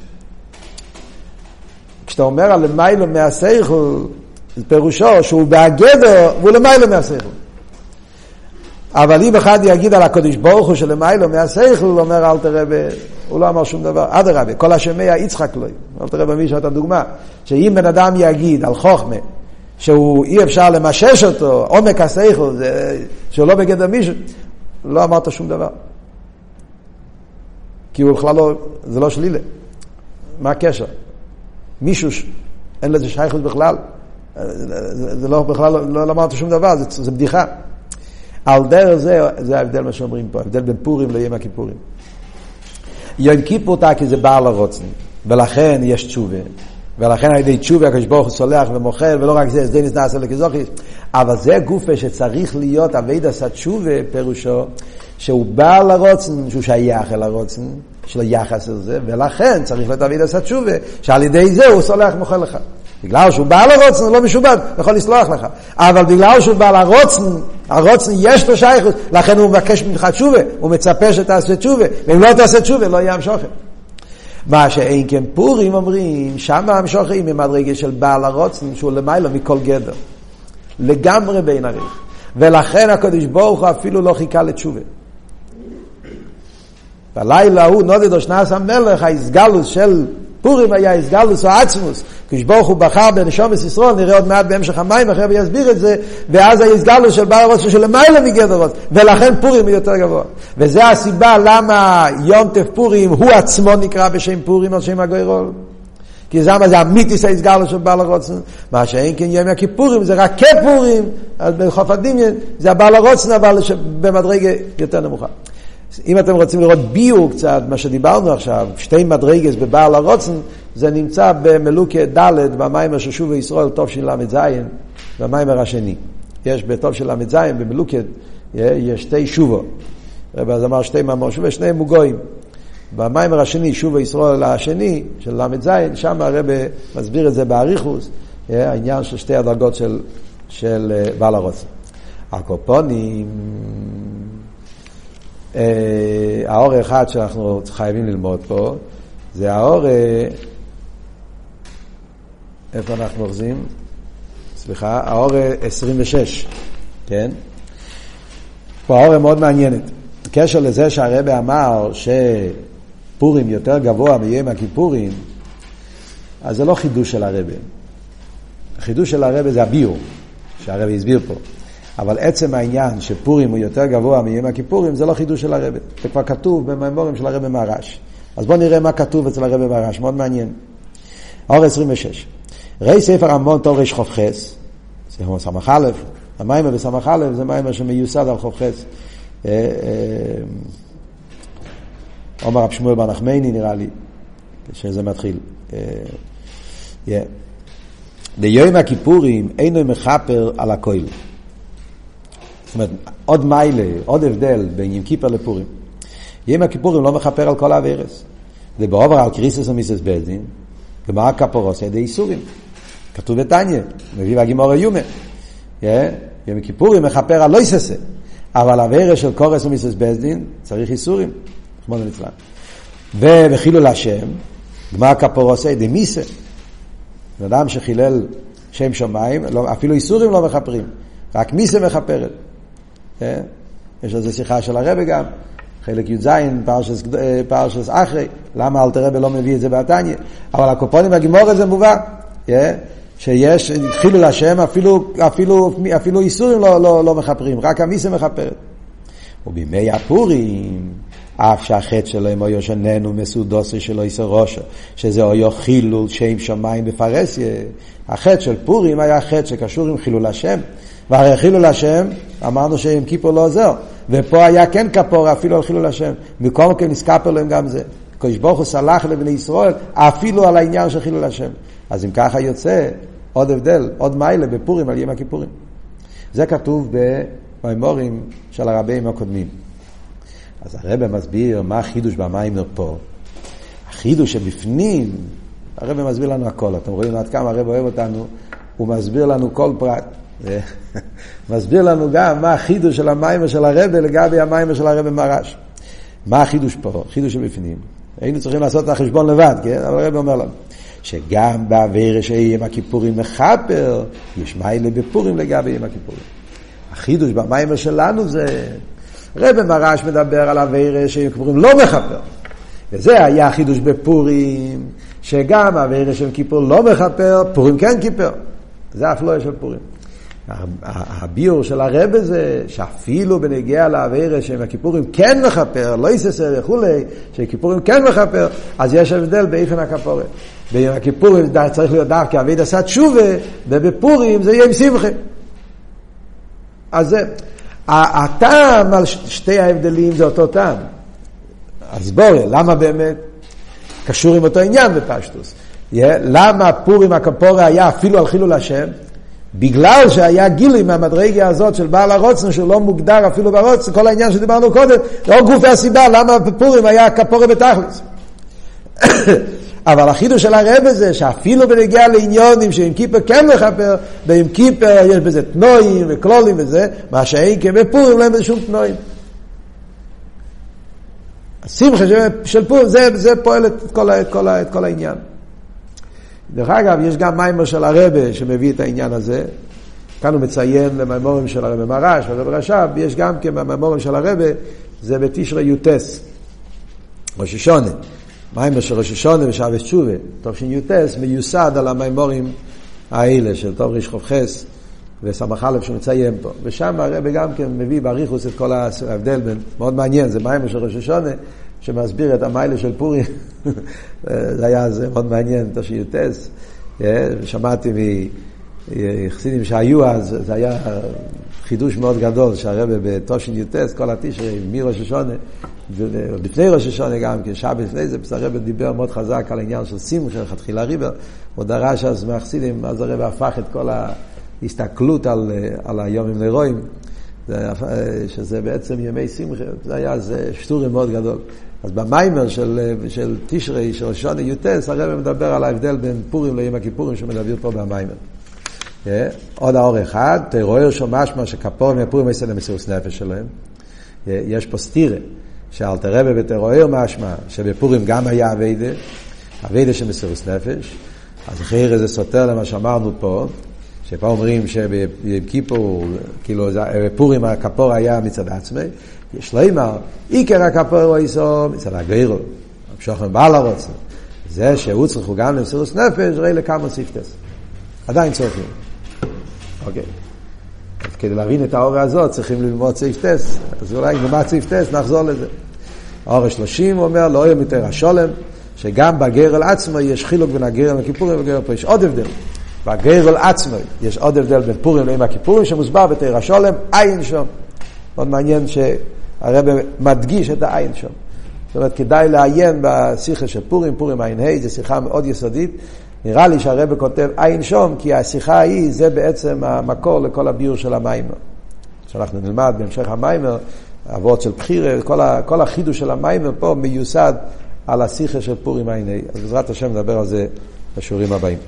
כשאתה אומר על למיילו מהשכל, זה פירושו שהוא בהגדר והוא למיילו מהשכל. אבל אם אחד יגיד על הקדוש ברוך הוא שלמיילו מהשכל, הוא אומר אלתר רבי, הוא לא אמר שום דבר. אדרבה, כל השמע יצחק לו. אלתר רבי מביא את הדוגמה, שאם בן אדם יגיד על חוכמה, שהוא אי אפשר למשש אותו, עומק השכל, שהוא לא בגדר מישהו, לא אמרת שום דבר. כי הוא בכלל לא, זה לא שלילה. מה הקשר? מישהו, אין לזה שייכות בכלל. זה לא בכלל, לא אמרת שום דבר, זה בדיחה. על דרך זה ההבדל מה שאומרים פה, ההבדל בין פורים ליום הכיפורים. יום כיפור כי זה בעל הרוצן, ולכן יש תשובה. ולכן על ידי תשובה הקדוש ברוך הוא סולח ומוחל, ולא רק זה, זה נעשה לכזוכי, אבל זה גופה שצריך להיות עבודת התשובה, פירושו שהוא בעל הרוצן, שהוא שייך אל הרוצן, יש לו יחס על זה, ולכן צריך להיות עבודת התשובה, שעל ידי זה הוא סולח ומוחל לך. בגלל שהוא בעל הרוצן, הוא לא משובד, הוא יכול לסלוח לך. אבל בגלל שהוא בעל הרוצן יש לו שייכות, לכן הוא מבקש ממך תשובה, הוא מצפה שתעשה תשובה, ואם לא תעשה תשובה, לא יהיה המשוכן. מה שאין כן פורים אומרים, שם המשוכן ממדרגה של בעל הרוצן, שהוא למעלה מכל גדר. לגמרי בין עריך. ולכן הקדוש ברוך הוא אפילו לא חיכה לתשובה. בלילה הוא נודד או שנס המלך, ההסגלוס של פורים היה הסגלוס או עצמוס. הקדוש ברוך הוא בחר בנשומת ישראל, נראה עוד מעט בהמשך המים, אחרי ויסביר את זה, ואז ההסגלוס של בעל הרוצן של למעלה מגדר הרוצן. ולכן פורים הוא יותר גבוה. וזה הסיבה למה יום טף פורים הוא עצמו נקרא בשם פורים על שם הגוירול. כי זה אמיתיס ההסגלוס של בעל הרוצן. מה שאין כן יום הכיפורים זה רק כפורים, אז בחוף הדמיין זה הבעל הרוצן, אבל במדרגה יותר נמוכה. אם אתם רוצים לראות ביור קצת, מה שדיברנו עכשיו, שתי מדרגס בבעל הרוצן, זה נמצא במלוקה ד' במיימר של שובו ישראל, טוב של ל"ז, במיימר השני. יש בטוב של ל"ז, במלוקה, יש שתי שובו. אז אמר שתי מאמר שובו, שני מוגויים. במיימר השני, שובו ישראל השני, של ל"ז, שם הרב מסביר את זה באריכוס, העניין של שתי הדרגות של בעל הרוצן. הקופונים, האור אחד שאנחנו חייבים ללמוד פה זה האור, איפה אנחנו אוחזים? סליחה, האור 26, כן? פה האור מאוד מעניינת. בקשר לזה שהרבא אמר שפורים יותר גבוה מיום הכיפורים, אז זה לא חידוש של הרבא. החידוש של הרבא זה הביור שהרבא הסביר פה. אבל עצם העניין שפורים הוא יותר גבוה מיום הכיפורים, זה לא חידוש של הרבא. זה כבר כתוב במאמרים של הרבא מהר"ש. אז בואו נראה מה כתוב אצל הרבא מהר"ש, מאוד מעניין. האור 26. ראי ספר המון תור רש חופכס, זה סמך א', המיימר בסמך א', זה מיימר שמיוסד על חופכס. אומר רב שמואל בר נחמני נראה לי, שזה מתחיל. ביום הכיפורים אינו מחפר על הכויל. זאת אומרת, עוד מיילה, עוד הבדל בין יום כיפר לפורים. יום הכיפורים לא מכפר על כל העבירות. זה בעובר על קריסוס ומיסס בלדין, גמרא כפורוסי ידי איסורים. כתוב בתניא, מביא בגימור יומא. יום הכיפורים מכפר על לא יססה. אבל העבירות של קורס ומיסס בלדין צריך איסורים. חמוד ונצלן. ובחילול השם, גמרא כפורוסי ידי מיסה. אדם שחילל שם שמיים, אפילו איסורים לא מכפרים. רק מיסה מכפרת. יש על זה שיחה של הרב גם. חלק י"ז, פרשס אחרי, למה אלתר רבי לא מביא את זה בתניא? אבל הקופונים והגימור הזה מובא, שיש חילול השם, אפילו איסורים לא מכפרים, רק המיסה מכפרת. ובימי הפורים, אף שהחטא שלו אם היו שננו מסודוסי שלו איסר ראשו, שזה היו חילול שם שמיים בפרסיה, החטא של פורים היה חטא שקשור עם חילול השם, והרי חילול השם, אמרנו שעם כיפור לא עוזר, ופה היה כן כפור אפילו על חילול השם, מקום כן נזכפר להם גם זה. קדוש ברוך הוא סלח לבני ישראל אפילו על העניין של חילול השם. אז אם ככה יוצא עוד הבדל, עוד מיילה בפורים על יום הכיפורים. זה כתוב במימורים של הרבים הקודמים. אז הרב מסביר מה החידוש במיימר פה. החידוש שבפנים, הרב מסביר לנו הכל. אתם רואים עד כמה הרב אוהב אותנו, הוא מסביר לנו כל פרט. מסביר לנו גם מה החידוש של המיימר של הרב לגבי המיימר של הרב מרש. מה החידוש פה? חידוש שבפנים. היינו צריכים לעשות את החשבון לבד, כן? אבל הרב אומר לנו שגם בעבירה שיום הכיפורים מחפר, יש מיילה בפורים לגבי יום הכיפורים. החידוש במיימר שלנו זה רב מרש מדבר על עבירה שיום הכיפורים לא מחפר. וזה היה החידוש בפורים, שגם עבירה שיום כיפור לא מחפר, פורים כן כיפר. זה אף לא יש של פורים. הביור של הרב הזה, שאפילו בנגיע לעבירה שהם הכיפורים כן מחפר, לא יססר וכולי, שכיפורים כן מחפר, אז יש הבדל באיפן הכפורת. ביום הכיפורים צריך להיות דווקא עבד עשה תשובה, ובפורים זה יהיה עם שמחה. אז זה, הטעם על שתי ההבדלים זה אותו טעם. אז בואו, למה באמת קשור עם אותו עניין בפשטוס? למה פורים הכפורה היה אפילו על חילול השם? בגלל שהיה גילי מהמדרגה הזאת של בעל הרוצן שהוא לא מוגדר אפילו ברוצן, כל העניין שדיברנו קודם, זה לא גוף והסיבה למה בפורים היה כפורה בתכלס. אבל החידוש של הרב הזה שאפילו בנגיע לעניונים שעם כיפר כן מחפר, ועם כיפר יש בזה תנועים וכלולים וזה, מה שאין כבפורים לא אין בזה שום תנועים. השמחה של פורים זה פועל את כל העניין. דרך אגב, יש גם מיימר של הרב שמביא את העניין הזה. כאן הוא מציין למיימורים של הרב מרש, הרב רש"ב, יש גם כן במיימורים של הרב, זה בתשרי יוטס, ראש השונה. מיימר של ראש השונה ושבס תשובה, תש"י יוטס, מיוסד על המיימורים האלה של טוב ריש חוב חס וסמך א' שמציין פה. ושם הרב גם כן מביא באריכוס את כל ההבדל בין, מאוד מעניין, זה מיימר של ראש השונה, שמסביר את המיילה של פורים. זה היה זה מאוד מעניין, תש"י יוטס. שמעתי מחסידים שהיו אז, זה היה חידוש מאוד גדול, שהרבא בתש"י יוטס, כל התשרי, מראש השונה, לפני ראש השונה גם, כי שעה לפני זה, הרבא דיבר מאוד חזק על העניין של שמחה, חתחילה ריבר, הוא דרש אז מהחסידים, אז הרבא הפך את כל ההסתכלות על היומים לרואים, שזה בעצם ימי שמחה, זה היה שטורי מאוד גדול. אז במיימר של תשרי, של שונה יוטס, הרב מדבר על ההבדל בין פורים ליום הכיפורים שמדבר פה במיימר. עוד האור אחד, תרואר שמשמע שכפור מהפורים יעשה למסירות נפש שלהם. יש פה סתירה, שאלתר רבי בתרואר משמע, שבפורים גם היה אביידה של מסירות נפש, אז אחרי זה סותר למה שאמרנו פה, שפה אומרים שבכיפור, כאילו בפורים הכפור היה מצד עצמי, יש לימר, עיקר הכפור הוא איסו מצד הגרירו, המשוכן בעל הרוצן. זה שהוא צריכו גם למסירות נפש, ראי לכמה ספטס. עדיין צריכים. אוקיי. אז כדי להבין את האור הזאת, צריכים ללמוד ספטס. אז אולי נלמד ספטס, נחזור לזה. האור 30 אומר, לא יהיה מתר השולם, שגם בגרל עצמו יש חילוק בין הגרל לכיפורים וגרל פה. יש עוד הבדל. בגרל עצמו יש עוד הבדל בין פורים ליום הכיפורים, שמוסבר בתר השולם, עין שם. מאוד מעניין שהרב מדגיש את העין שם. זאת אומרת, כדאי לעיין בשיחה של פורים, פורים עין ה', זו שיחה מאוד יסודית. נראה לי שהרב כותב עין שום, כי השיחה ההיא זה בעצם המקור לכל הביור של המיימר. שאנחנו נלמד בהמשך המיימר, אבות של בחירה, כל החידוש של המיימר פה מיוסד על השיחה של פורים עיני. אז בעזרת השם נדבר על זה בשיעורים הבאים.